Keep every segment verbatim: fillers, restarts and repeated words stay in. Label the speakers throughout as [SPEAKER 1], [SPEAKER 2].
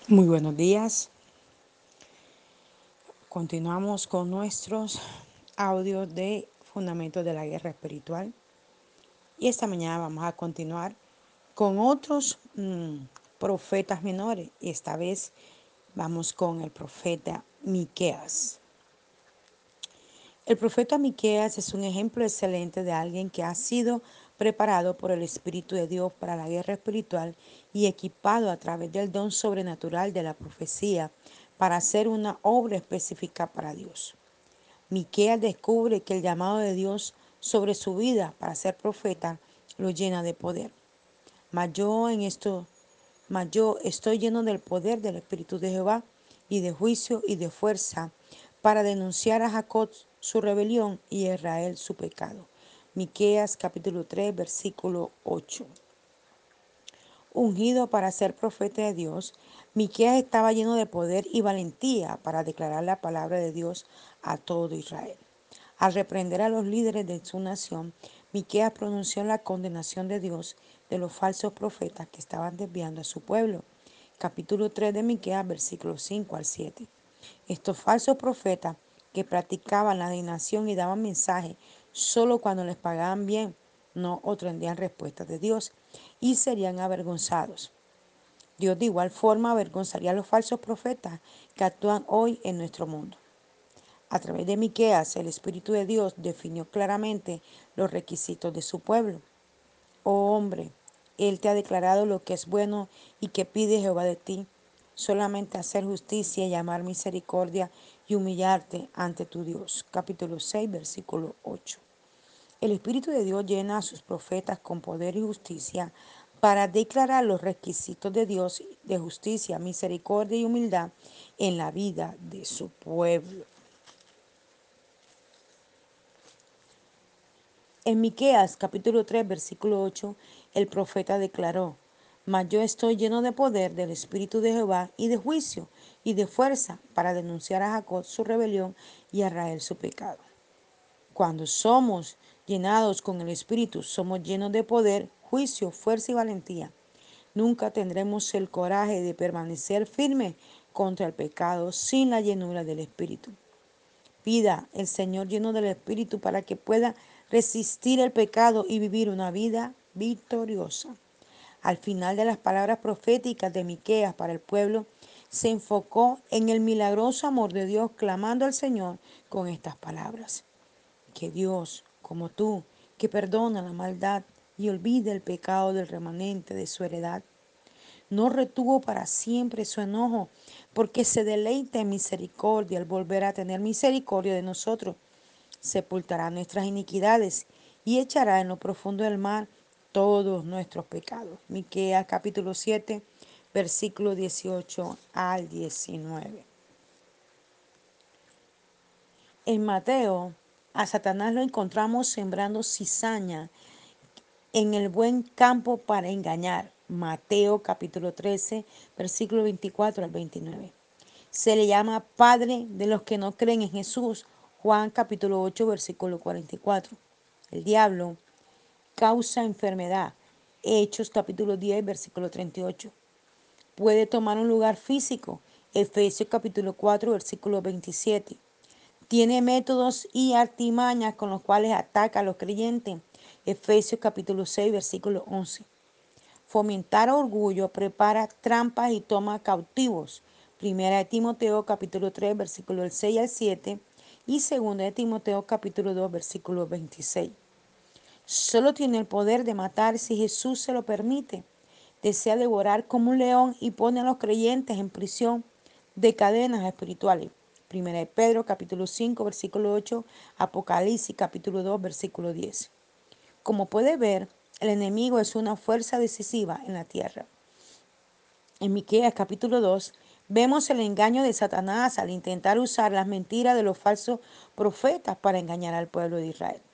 [SPEAKER 1] Muy buenos días. Continuamos con nuestros audios de Fundamentos de la Guerra Espiritual. Y esta mañana vamos a continuar con otros mmm, profetas menores. Y esta vez vamos con el profeta Miqueas. El profeta Miqueas es un ejemplo excelente de alguien que ha sido preparado por el Espíritu de Dios para la guerra espiritual y equipado a través del don sobrenatural de la profecía para hacer una obra específica para Dios. Miqueas descubre que el llamado de Dios sobre su vida para ser profeta lo llena de poder. Mas yo en esto, mas yo estoy lleno del poder del Espíritu de Jehová y de juicio y de fuerza para denunciar a Jacob su rebelión y a Israel su pecado. Miqueas capítulo tres versículo ocho. Ungido para ser profeta de Dios, Miqueas estaba lleno de poder y valentía para declarar la palabra de Dios a todo Israel. Al reprender a los líderes de su nación, Miqueas pronunció la condenación de Dios de los falsos profetas que estaban desviando a su pueblo. Capítulo tres de Miqueas, versículos cinco al siete. Estos falsos profetas que practicaban la adivinación y daban mensajes solo cuando les pagaban bien, no obtendrían respuestas de Dios y serían avergonzados. Dios de igual forma avergonzaría a los falsos profetas que actúan hoy en nuestro mundo. A través de Miqueas, el Espíritu de Dios definió claramente los requisitos de su pueblo. Oh hombre, Él te ha declarado lo que es bueno y que pide Jehová de ti, solamente hacer justicia y amar misericordia y humillarte ante tu Dios. Capítulo seis, versículo ocho. El Espíritu de Dios llena a sus profetas con poder y justicia para declarar los requisitos de Dios de justicia, misericordia y humildad en la vida de su pueblo. En Miqueas capítulo tres versículo ocho, el profeta declaró: Mas yo estoy lleno de poder del Espíritu de Jehová y de juicio y de fuerza para denunciar a Jacob su rebelión y a Israel su pecado. Cuando somos llenados con el Espíritu, somos llenos de poder, juicio, fuerza y valentía. Nunca tendremos el coraje de permanecer firmes contra el pecado sin la llenura del Espíritu. Pida el Señor lleno del Espíritu para que pueda resistir el pecado y vivir una vida victoriosa. Al final de las palabras proféticas de Miqueas para el pueblo, se enfocó en el milagroso amor de Dios, clamando al Señor con estas palabras: que Dios, como tú, que perdona la maldad y olvida el pecado del remanente de su heredad, no retuvo para siempre su enojo, porque se deleita en misericordia al volver a tener misericordia de nosotros. Sepultará nuestras iniquidades y echará en lo profundo del mar todos nuestros pecados. Miqueas capítulo siete, versículo dieciocho al diecinueve. En Mateo, a Satanás lo encontramos sembrando cizaña en el buen campo para engañar. Mateo capítulo trece, versículo veinticuatro al veintinueve. Se le llama padre de los que no creen en Jesús. Juan capítulo ocho, versículo cuarenta y cuatro. El diablo causa enfermedad. Hechos capítulo diez, versículo treinta y ocho. Puede tomar un lugar físico. Efesios capítulo cuatro, versículo veintisiete. Tiene métodos y artimañas con los cuales ataca a los creyentes. Efesios capítulo seis, versículo once. Fomentar orgullo, prepara trampas y toma cautivos. Primera de Timoteo capítulo tres, versículo seis al siete. Y segunda de Timoteo capítulo dos, versículo veintiséis. Solo tiene el poder de matar si Jesús se lo permite. Desea devorar como un león y pone a los creyentes en prisión de cadenas espirituales. Primera de Pedro capítulo cinco, versículo ocho, Apocalipsis capítulo dos, versículo diez. Como puede ver, el enemigo es una fuerza decisiva en la tierra. En Miqueas capítulo dos vemos el engaño de Satanás al intentar usar las mentiras de los falsos profetas para engañar al pueblo de Israel.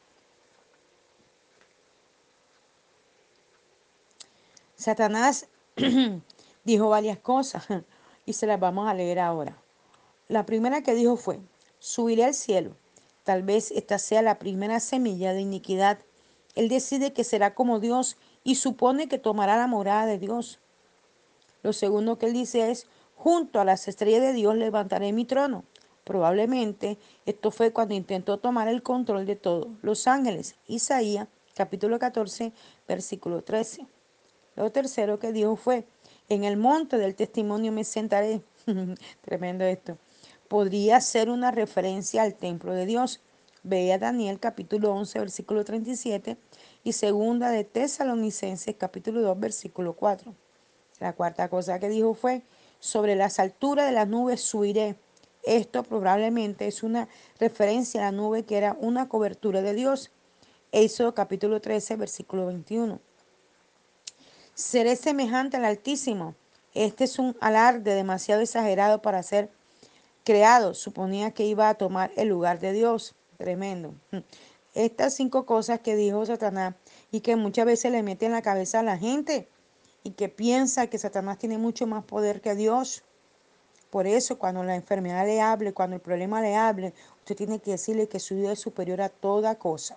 [SPEAKER 1] Satanás dijo varias cosas y se las vamos a leer ahora. La primera que dijo fue: subiré al cielo. Tal vez esta sea la primera semilla de iniquidad. Él decide que será como Dios y supone que tomará la morada de Dios. Lo segundo que él dice es: Junto a las estrellas de Dios levantaré mi trono. Probablemente esto fue cuando intentó tomar el control de todos los ángeles. Isaías capítulo catorce, versículo trece. Lo tercero que dijo fue, en el monte del testimonio me sentaré. Tremendo esto. Podría ser una referencia al templo de Dios. Veía Daniel capítulo once, versículo treinta y siete y segunda de Tesalonicenses capítulo dos, versículo cuatro. La cuarta cosa que dijo fue, sobre las alturas de las nubes subiré. Esto probablemente es una referencia a la nube que era una cobertura de Dios. Éxodo capítulo trece, versículo veintiuno. Seré semejante al Altísimo. Este es un alarde demasiado exagerado para ser creado. Suponía que iba a tomar el lugar de Dios. Tremendo. Estas cinco cosas que dijo Satanás y que muchas veces le mete en la cabeza a la gente y que piensa que Satanás tiene mucho más poder que Dios. Por eso cuando la enfermedad le hable, cuando el problema le hable, usted tiene que decirle que su Dios es superior a toda cosa.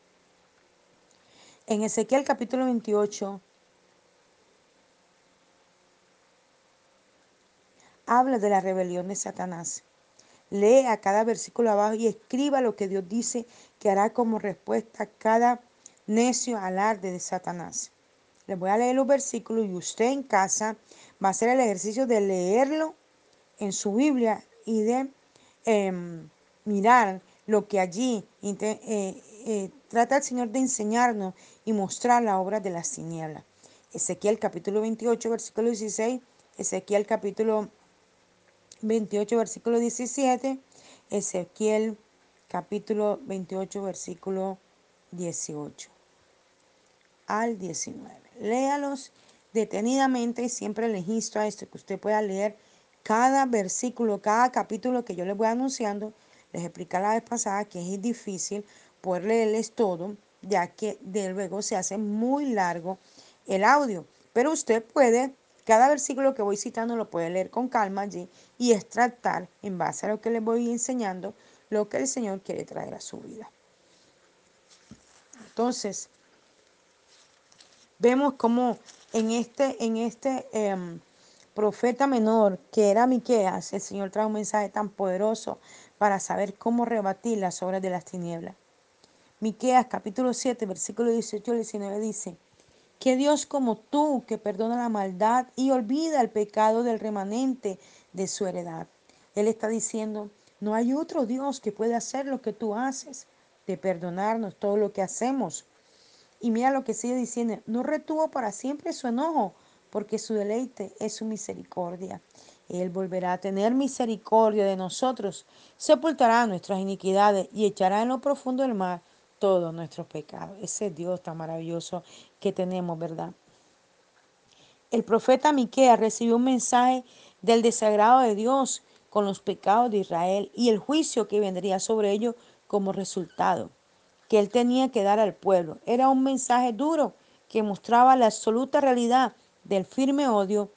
[SPEAKER 1] En Ezequiel capítulo veintiocho habla de la rebelión de Satanás. Lee a cada versículo abajo y escriba lo que Dios dice que hará como respuesta a cada necio alarde de Satanás. Les voy a leer los versículos y usted en casa va a hacer el ejercicio de leerlo en su Biblia y de eh, mirar lo que allí eh, eh, trata el Señor de enseñarnos y mostrar la obra de las tinieblas. Ezequiel capítulo veintiocho, versículo dieciséis, Ezequiel capítulo veintiocho, versículo diecisiete, Ezequiel capítulo veintiocho, versículo dieciocho al diecinueve. Léalos detenidamente y siempre les insto a esto, que usted pueda leer cada versículo, cada capítulo que yo les voy anunciando. Les expliqué la vez pasada que es difícil poder leerles todo, ya que de luego se hace muy largo el audio. Pero usted puede, cada versículo que voy citando lo puede leer con calma allí y extractar en base a lo que les voy enseñando lo que el Señor quiere traer a su vida. Entonces, vemos como en este, en este eh, profeta menor que era Miqueas, el Señor trae un mensaje tan poderoso para saber cómo rebatir las obras de las tinieblas. Miqueas capítulo siete, versículo dieciocho al diecinueve dice, que Dios como tú, que perdona la maldad y olvida el pecado del remanente de su heredad. Él está diciendo, no hay otro Dios que pueda hacer lo que tú haces, de perdonarnos todo lo que hacemos. Y mira lo que sigue diciendo, no retuvo para siempre su enojo, porque su deleite es su misericordia. Él volverá a tener misericordia de nosotros, sepultará nuestras iniquidades y echará en lo profundo del mar todos nuestros pecados. Ese Dios tan maravilloso que tenemos, ¿verdad? El profeta Miqueas recibió un mensaje del desagrado de Dios con los pecados de Israel y el juicio que vendría sobre ellos como resultado que él tenía que dar al pueblo. Era un mensaje duro que mostraba la absoluta realidad del firme odio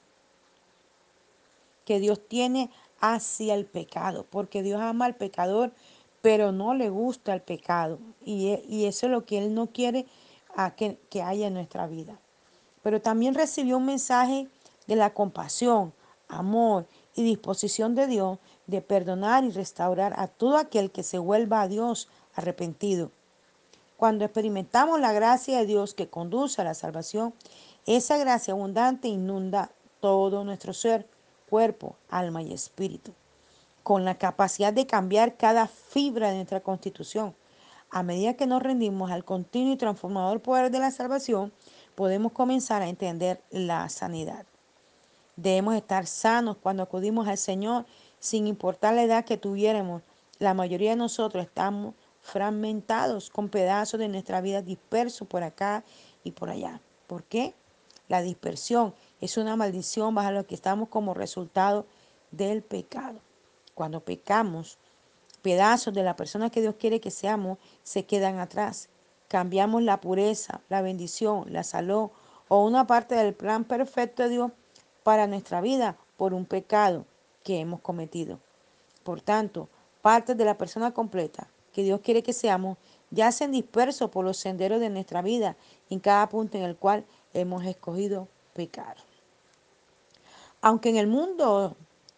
[SPEAKER 1] que Dios tiene hacia el pecado, porque Dios ama al pecador, pero no le gusta el pecado. Y, y eso es lo que Él no quiere a que, que haya en nuestra vida. Pero también recibió un mensaje de la compasión, amor y disposición de Dios de perdonar y restaurar a todo aquel que se vuelva a Dios arrepentido. Cuando experimentamos la gracia de Dios que conduce a la salvación, esa gracia abundante inunda todo nuestro ser, cuerpo, alma y espíritu, con la capacidad de cambiar cada fibra de nuestra constitución. A medida que nos rendimos al continuo y transformador poder de la salvación, podemos comenzar a entender la sanidad. Debemos estar sanos cuando acudimos al Señor, sin importar la edad que tuviéramos. La mayoría de nosotros estamos fragmentados con pedazos de nuestra vida dispersos por acá y por allá. ¿Por qué? La dispersión es una maldición bajo la que estamos como resultado del pecado. Cuando pecamos, pedazos de la persona que Dios quiere que seamos se quedan atrás. Cambiamos la pureza, la bendición, la salud o una parte del plan perfecto de Dios para nuestra vida por un pecado que hemos cometido. Por tanto, partes de la persona completa que Dios quiere que seamos yacen dispersos por los senderos de nuestra vida en cada punto en el cual hemos escogido pecar. Aunque en el mundo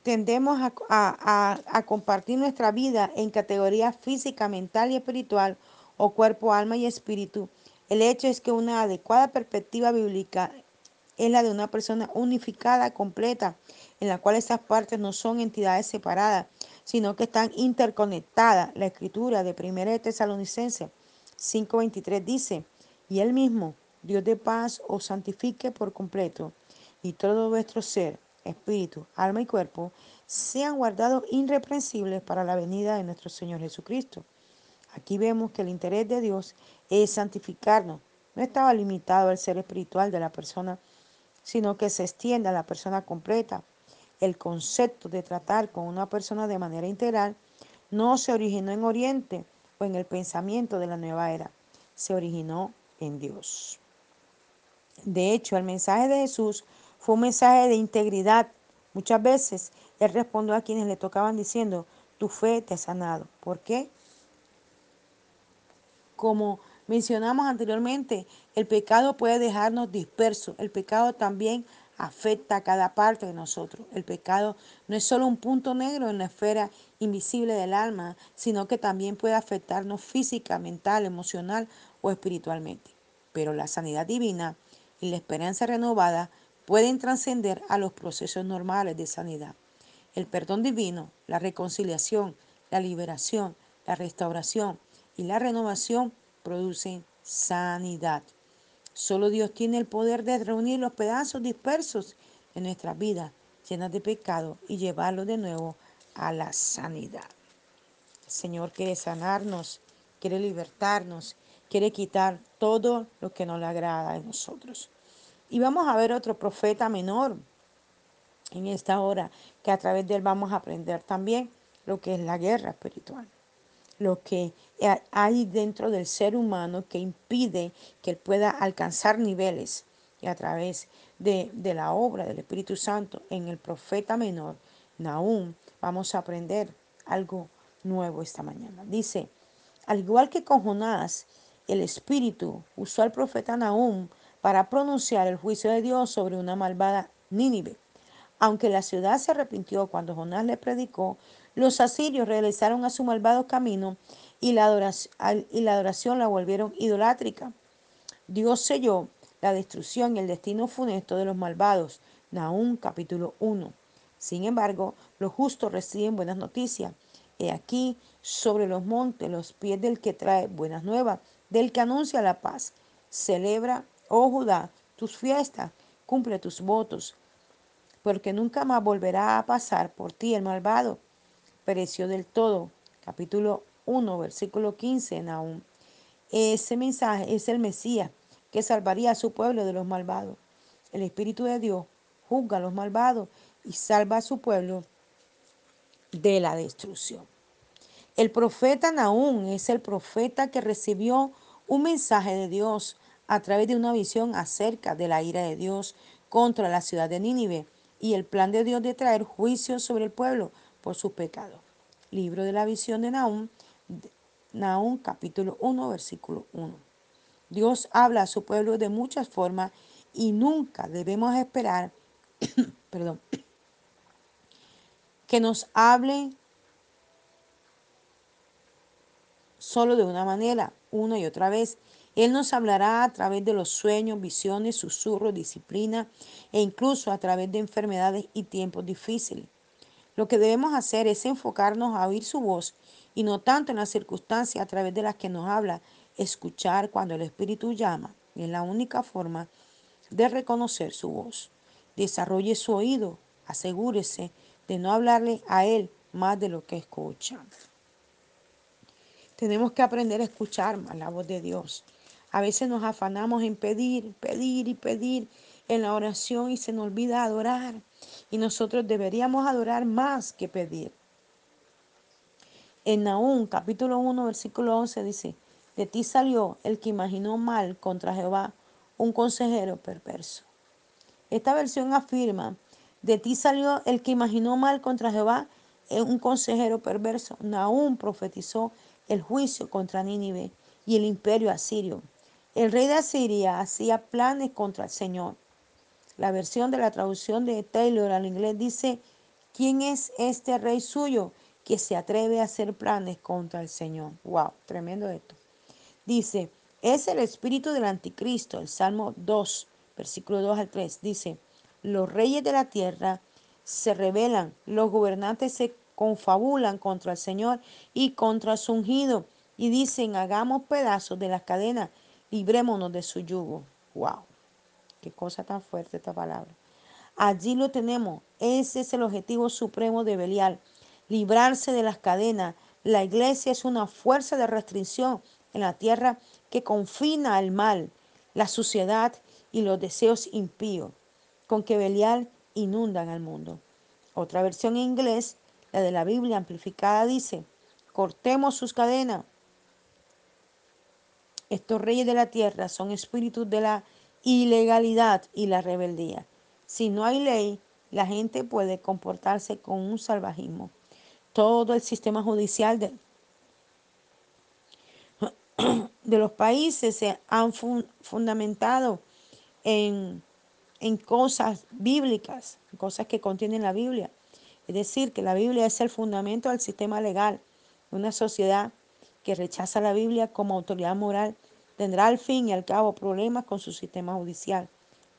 [SPEAKER 1] tendemos a, a- a- a compartir nuestra vida en categorías física, mental y espiritual, o cuerpo, alma y espíritu. El hecho es que una adecuada perspectiva bíblica es la de una persona unificada, completa, en la cual estas partes no son entidades separadas, sino que están interconectadas. La escritura de primera de Tesalonicenses cinco veintitrés dice: y él mismo, Dios de paz, os santifique por completo, y todo vuestro ser, espíritu, alma y cuerpo, sean guardados irreprensibles para la venida de nuestro Señor Jesucristo. Aquí vemos que el interés de Dios es santificarnos. No estaba limitado al ser espiritual de la persona, sino que se extiende a la persona completa. El concepto de tratar con una persona de manera integral no se originó en Oriente o en el pensamiento de la nueva era, se originó en Dios. De hecho, el mensaje de Jesús fue un mensaje de integridad. Muchas veces Él respondió a quienes le tocaban diciendo: tu fe te ha sanado. ¿Por qué? Como mencionamos anteriormente, el pecado puede dejarnos dispersos. El pecado también afecta a cada parte de nosotros. El pecado no es solo un punto negro en la esfera invisible del alma, sino que también puede afectarnos física, mental, emocional o espiritualmente. Pero la sanidad divina y la esperanza renovada pueden trascender a los procesos normales de sanidad. El perdón divino, la reconciliación, la liberación, la restauración y la renovación producen sanidad. Solo Dios tiene el poder de reunir los pedazos dispersos de nuestras vidas llenas de pecado y llevarlos de nuevo a la sanidad. El Señor quiere sanarnos, quiere libertarnos, quiere quitar todo lo que no le agrada de nosotros. Y vamos a ver otro profeta menor en esta hora, que a través de él vamos a aprender también lo que es la guerra espiritual, lo que hay dentro del ser humano que impide que él pueda alcanzar niveles. Y a través de, de la obra del Espíritu Santo en el profeta menor, Nahum, vamos a aprender algo nuevo esta mañana. Dice: al igual que con Jonás, el Espíritu usó al profeta Nahum para pronunciar el juicio de Dios sobre una malvada Nínive. Aunque la ciudad se arrepintió cuando Jonás le predicó, los asirios regresaron a su malvado camino y la adoración, y la, adoración la volvieron idolátrica. Dios selló la destrucción y el destino funesto de los malvados. Nahum capítulo uno. Sin embargo, los justos reciben buenas noticias. He aquí sobre los montes los pies del que trae buenas nuevas, del que anuncia la paz. Celebra, oh Judá, tus fiestas, cumple tus votos, porque nunca más volverá a pasar por ti el malvado. Pereció del todo. Capítulo uno, versículo quince, Nahum. Ese mensaje es el Mesías que salvaría a su pueblo de los malvados. El Espíritu de Dios juzga a los malvados y salva a su pueblo de la destrucción. El profeta Nahum es el profeta que recibió un mensaje de Dios a través de una visión acerca de la ira de Dios contra la ciudad de Nínive y el plan de Dios de traer juicio sobre el pueblo por sus pecados. Libro de la visión de Nahum, Nahum capítulo uno, versículo uno. Dios habla a su pueblo de muchas formas y nunca debemos esperar, perdón, que nos hable solo de una manera, una y otra vez. Él nos hablará a través de los sueños, visiones, susurros, disciplina e incluso a través de enfermedades y tiempos difíciles. Lo que debemos hacer es enfocarnos a oír su voz y no tanto en las circunstancias a través de las que nos habla, escuchar cuando el Espíritu llama. Es la única forma de reconocer su voz. Desarrolle su oído, asegúrese de no hablarle a Él más de lo que escucha. Tenemos que aprender a escuchar más la voz de Dios. A veces nos afanamos en pedir, pedir y pedir en la oración y se nos olvida adorar. Y nosotros deberíamos adorar más que pedir. En Nahum capítulo uno versículo once dice: de ti salió el que imaginó mal contra Jehová, un consejero perverso. Esta versión afirma: de ti salió el que imaginó mal contra Jehová, un consejero perverso. Nahum profetizó el juicio contra Nínive y el imperio asirio. El rey de Asiria hacía planes contra el Señor. La versión de la traducción de Taylor al inglés dice: ¿Quién es este rey suyo que se atreve a hacer planes contra el Señor? Wow, tremendo esto. Dice, es el espíritu del anticristo. El Salmo dos, versículo dos al tres, dice, los reyes de la tierra se rebelan, los gobernantes se confabulan contra el Señor y contra su ungido, y dicen, hagamos pedazos de las cadenas, librémonos de su yugo. Wow, qué cosa tan fuerte esta palabra. Allí lo tenemos. Ese es el objetivo supremo de Belial, librarse de las cadenas. La iglesia es una fuerza de restricción en la tierra que confina el mal, la suciedad y los deseos impíos, con que Belial inundan al mundo. Otra versión en inglés, la de la Biblia amplificada, dice, cortemos sus cadenas. Estos reyes de la tierra son espíritus de la ilegalidad y la rebeldía. Si no hay ley, la gente puede comportarse con un salvajismo. Todo el sistema judicial de, de los países se han fun, fundamentado en, en cosas bíblicas, cosas que contienen la Biblia. Es decir, que la Biblia es el fundamento del sistema legal. Una sociedad que rechaza la Biblia como autoridad moral tendrá al fin y al cabo problemas con su sistema judicial.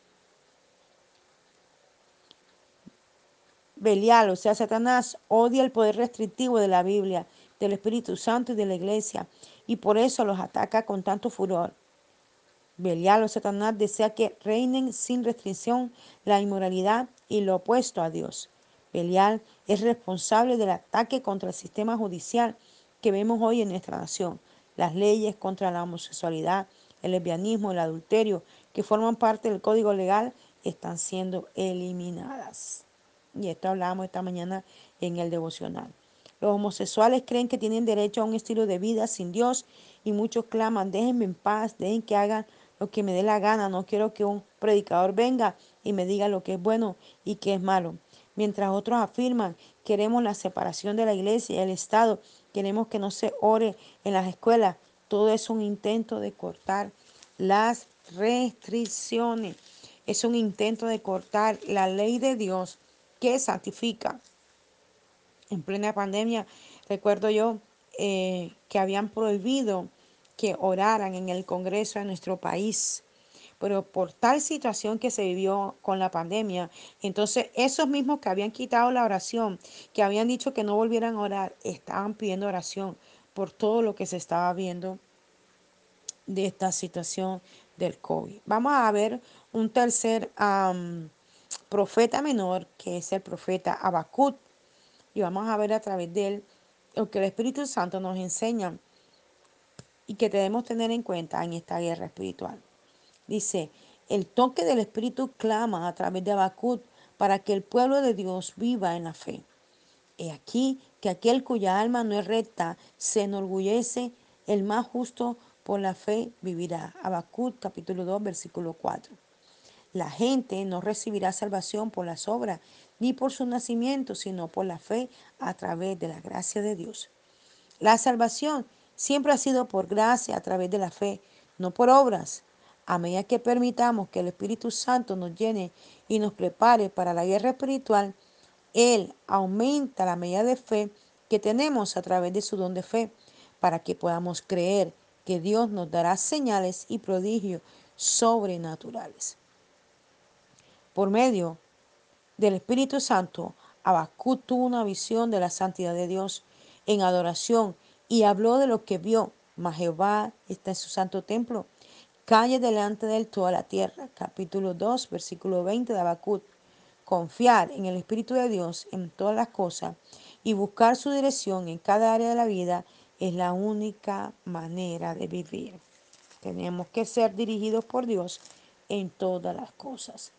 [SPEAKER 1] Belial, o sea, Satanás, odia el poder restrictivo de la Biblia, del Espíritu Santo y de la Iglesia, y por eso los ataca con tanto furor. Belial o Satanás desea que reinen sin restricción la inmoralidad y lo opuesto a Dios. Belial es responsable del ataque contra el sistema judicial que vemos hoy en nuestra nación. Las leyes contra la homosexualidad, el lesbianismo, el adulterio, que forman parte del código legal, están siendo eliminadas. Y esto hablábamos esta mañana en el devocional. Los homosexuales creen que tienen derecho a un estilo de vida sin Dios y muchos claman, déjenme en paz, dejen que hagan lo que me dé la gana, no quiero que un predicador venga y me diga lo que es bueno y qué es malo. Mientras otros afirman, queremos la separación de la iglesia y el Estado, queremos que no se ore en las escuelas. Todo es un intento de cortar las restricciones. Es un intento de cortar la ley de Dios que santifica. En plena pandemia, recuerdo yo eh, que habían prohibido que oraran en el Congreso de nuestro país. Pero por tal situación que se vivió con la pandemia, entonces esos mismos que habían quitado la oración, que habían dicho que no volvieran a orar, estaban pidiendo oración por todo lo que se estaba viendo de esta situación del COVID. Vamos a ver un tercer um, profeta menor, que es el profeta Habacuc, y vamos a ver a través de él lo que el Espíritu Santo nos enseña y que debemos tener en cuenta en esta guerra espiritual. Dice, el toque del Espíritu clama a través de Habacuc para que el pueblo de Dios viva en la fe. He aquí que aquel cuya alma no es recta se enorgullece, el más justo por la fe vivirá. Habacuc capítulo dos versículo cuatro. La gente no recibirá salvación por las obras ni por su nacimiento, sino por la fe a través de la gracia de Dios. La salvación siempre ha sido por gracia a través de la fe, no por obras. A medida que permitamos que el Espíritu Santo nos llene y nos prepare para la guerra espiritual, Él aumenta la medida de fe que tenemos a través de su don de fe, para que podamos creer que Dios nos dará señales y prodigios sobrenaturales. Por medio del Espíritu Santo, Habacuc tuvo una visión de la santidad de Dios en adoración y habló de lo que vio. Mas Jehová está en su santo templo. Calle delante de él toda la tierra. Capítulo dos, versículo veinte de Habacuc. Confiar en el Espíritu de Dios en todas las cosas y buscar su dirección en cada área de la vida es la única manera de vivir. Tenemos que ser dirigidos por Dios en todas las cosas.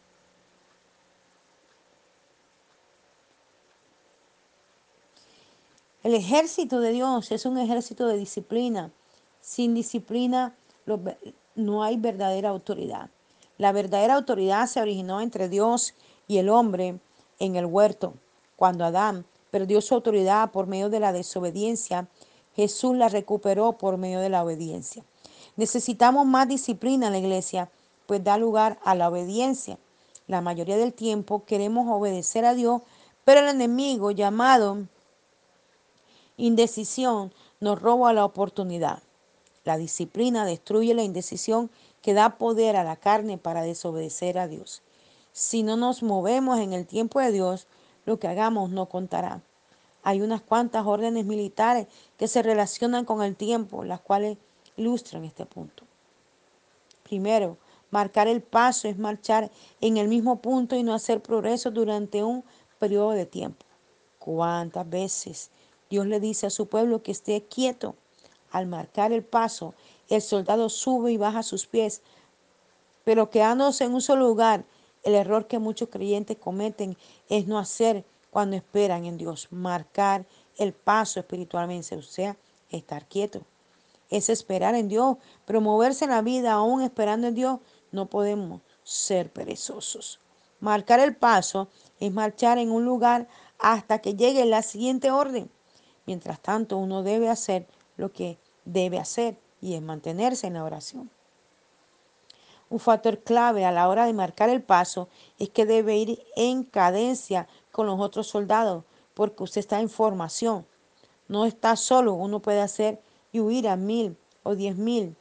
[SPEAKER 1] El ejército de Dios es un ejército de disciplina. Sin disciplina no hay verdadera autoridad. La verdadera autoridad se originó entre Dios y el hombre en el huerto. Cuando Adán perdió su autoridad por medio de la desobediencia, Jesús la recuperó por medio de la obediencia. Necesitamos más disciplina en la iglesia, pues da lugar a la obediencia. La mayoría del tiempo queremos obedecer a Dios, Pero el enemigo llamado indecisión nos roba la oportunidad. La disciplina destruye la indecisión que da poder a la carne para desobedecer a Dios. Si no nos movemos en el tiempo de Dios, lo que hagamos no contará. Hay unas cuantas órdenes militares que se relacionan con el tiempo, las cuales ilustran este punto. Primero, marcar el paso es marchar en el mismo punto y no hacer progreso durante un periodo de tiempo. ¿Cuántas veces Dios le dice a su pueblo que esté quieto? Al marcar el paso, el soldado sube y baja sus pies, pero quedándose en un solo lugar. El error que muchos creyentes cometen es no hacer cuando esperan en Dios, marcar el paso espiritualmente, o sea, estar quieto. Es esperar en Dios, pero moverse en la vida aún esperando en Dios, no podemos ser perezosos. Marcar el paso es marchar en un lugar hasta que llegue la siguiente orden. Mientras tanto, uno debe hacer lo que debe hacer y es mantenerse en la oración. Un factor clave a la hora de marcar el paso es que debe ir en cadencia con los otros soldados, porque usted está en formación. No está solo, uno puede hacer y huir a mil o diez mil.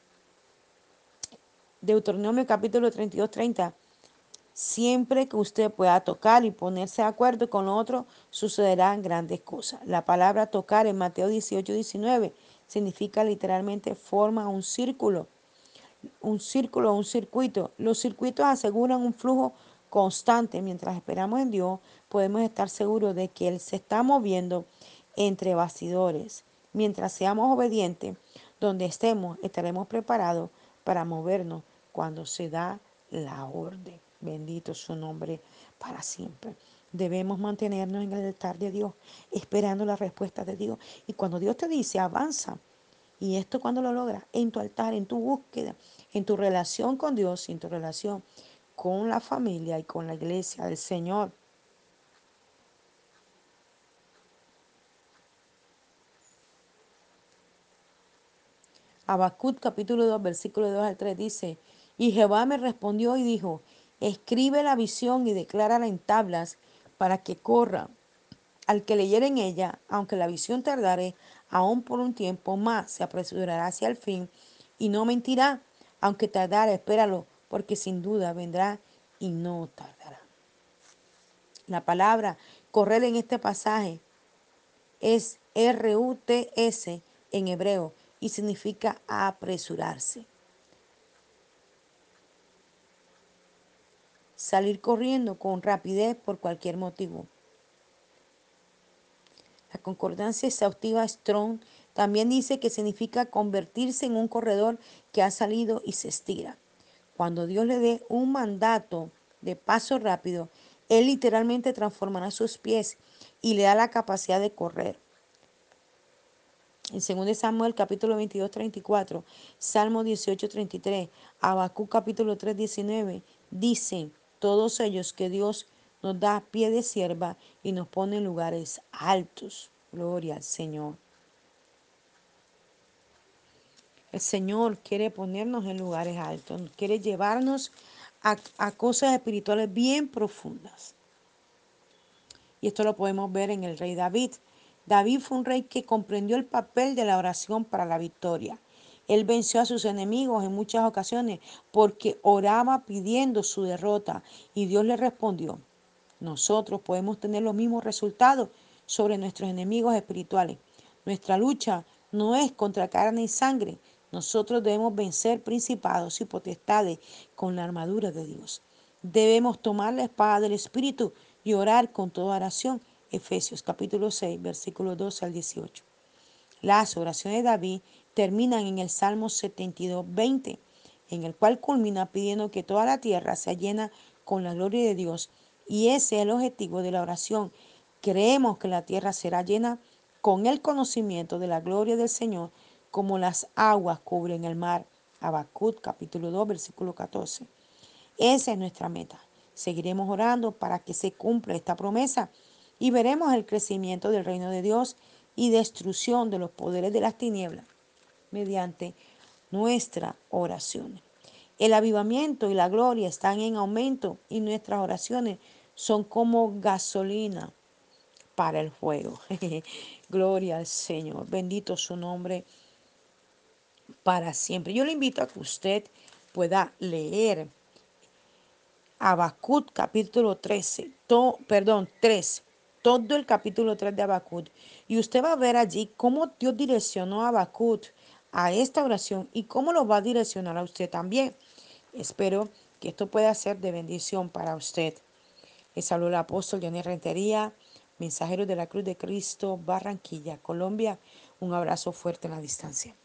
[SPEAKER 1] Deuteronomio capítulo treinta y dos, treinta. Siempre que usted pueda tocar y ponerse de acuerdo con lo otro, sucederán grandes cosas. La palabra tocar en Mateo dieciocho, diecinueve significa literalmente forma un círculo, un círculo o un circuito. Los circuitos aseguran un flujo constante. Mientras esperamos en Dios, podemos estar seguros de que Él se está moviendo entre bastidores. Mientras seamos obedientes, donde estemos, estaremos preparados para movernos cuando se da la orden. Bendito su nombre para siempre. Debemos mantenernos en el altar de Dios, esperando la respuesta de Dios. Y cuando Dios te dice, avanza. Y esto cuando lo logras, en tu altar, en tu búsqueda, en tu relación con Dios y en tu relación con la familia y con la iglesia del Señor. Habacuc capítulo dos, versículo dos al tres dice, y Jehová me respondió y dijo, escribe la visión y declárala en tablas para que corra al que leyere en ella, aunque la visión tardare aún por un tiempo más, se apresurará hacia el fin y no mentirá, aunque tardare, espéralo, porque sin duda vendrá y no tardará. La palabra correr en este pasaje es R U T S en hebreo y significa apresurarse. Salir corriendo con rapidez por cualquier motivo. La concordancia exhaustiva Strong también dice que significa convertirse en un corredor que ha salido y se estira. Cuando Dios le dé un mandato de paso rápido, Él literalmente transformará sus pies y le da la capacidad de correr. En segundo Samuel capítulo veintidós, treinta y cuatro, Salmo dieciocho, treinta y tres, Habacuc capítulo tres, diecinueve, dicen todos ellos que Dios nos da pie de sierva y nos pone en lugares altos. Gloria al Señor. El Señor quiere ponernos en lugares altos, quiere llevarnos a, a cosas espirituales bien profundas. Y esto lo podemos ver en el rey David. David fue un rey que comprendió el papel de la oración para la victoria. Él venció a sus enemigos en muchas ocasiones porque oraba pidiendo su derrota y Dios le respondió. Nosotros podemos tener los mismos resultados sobre nuestros enemigos espirituales. Nuestra lucha no es contra carne y sangre. Nosotros debemos vencer principados y potestades con la armadura de Dios. Debemos tomar la espada del Espíritu y orar con toda oración. Efesios capítulo seis, versículos doce al dieciocho. Las oraciones de David terminan en el Salmo setenta y dos, veinte, en el cual culmina pidiendo que toda la tierra sea llena con la gloria de Dios. Y ese es el objetivo de la oración. Creemos que la tierra será llena con el conocimiento de la gloria del Señor, como las aguas cubren el mar. Habacuc capítulo dos, versículo catorce. Esa es nuestra meta. Seguiremos orando para que se cumpla esta promesa y veremos el crecimiento del reino de Dios y destrucción de los poderes de las tinieblas mediante nuestra oración. El avivamiento y la gloria están en aumento y nuestras oraciones son como gasolina para el fuego. Gloria al Señor. Bendito su nombre para siempre. Yo le invito a que usted pueda leer Habacuc capítulo trece, to, perdón, tres, todo el capítulo tres de Habacuc. Y usted va a ver allí cómo Dios direccionó a Habacuc a esta oración y cómo lo va a direccionar a usted también. Espero que esto pueda ser de bendición para usted. Les saluda el apóstol Johnny Rentería, mensajero de la Cruz de Cristo, Barranquilla, Colombia. Un abrazo fuerte en la distancia.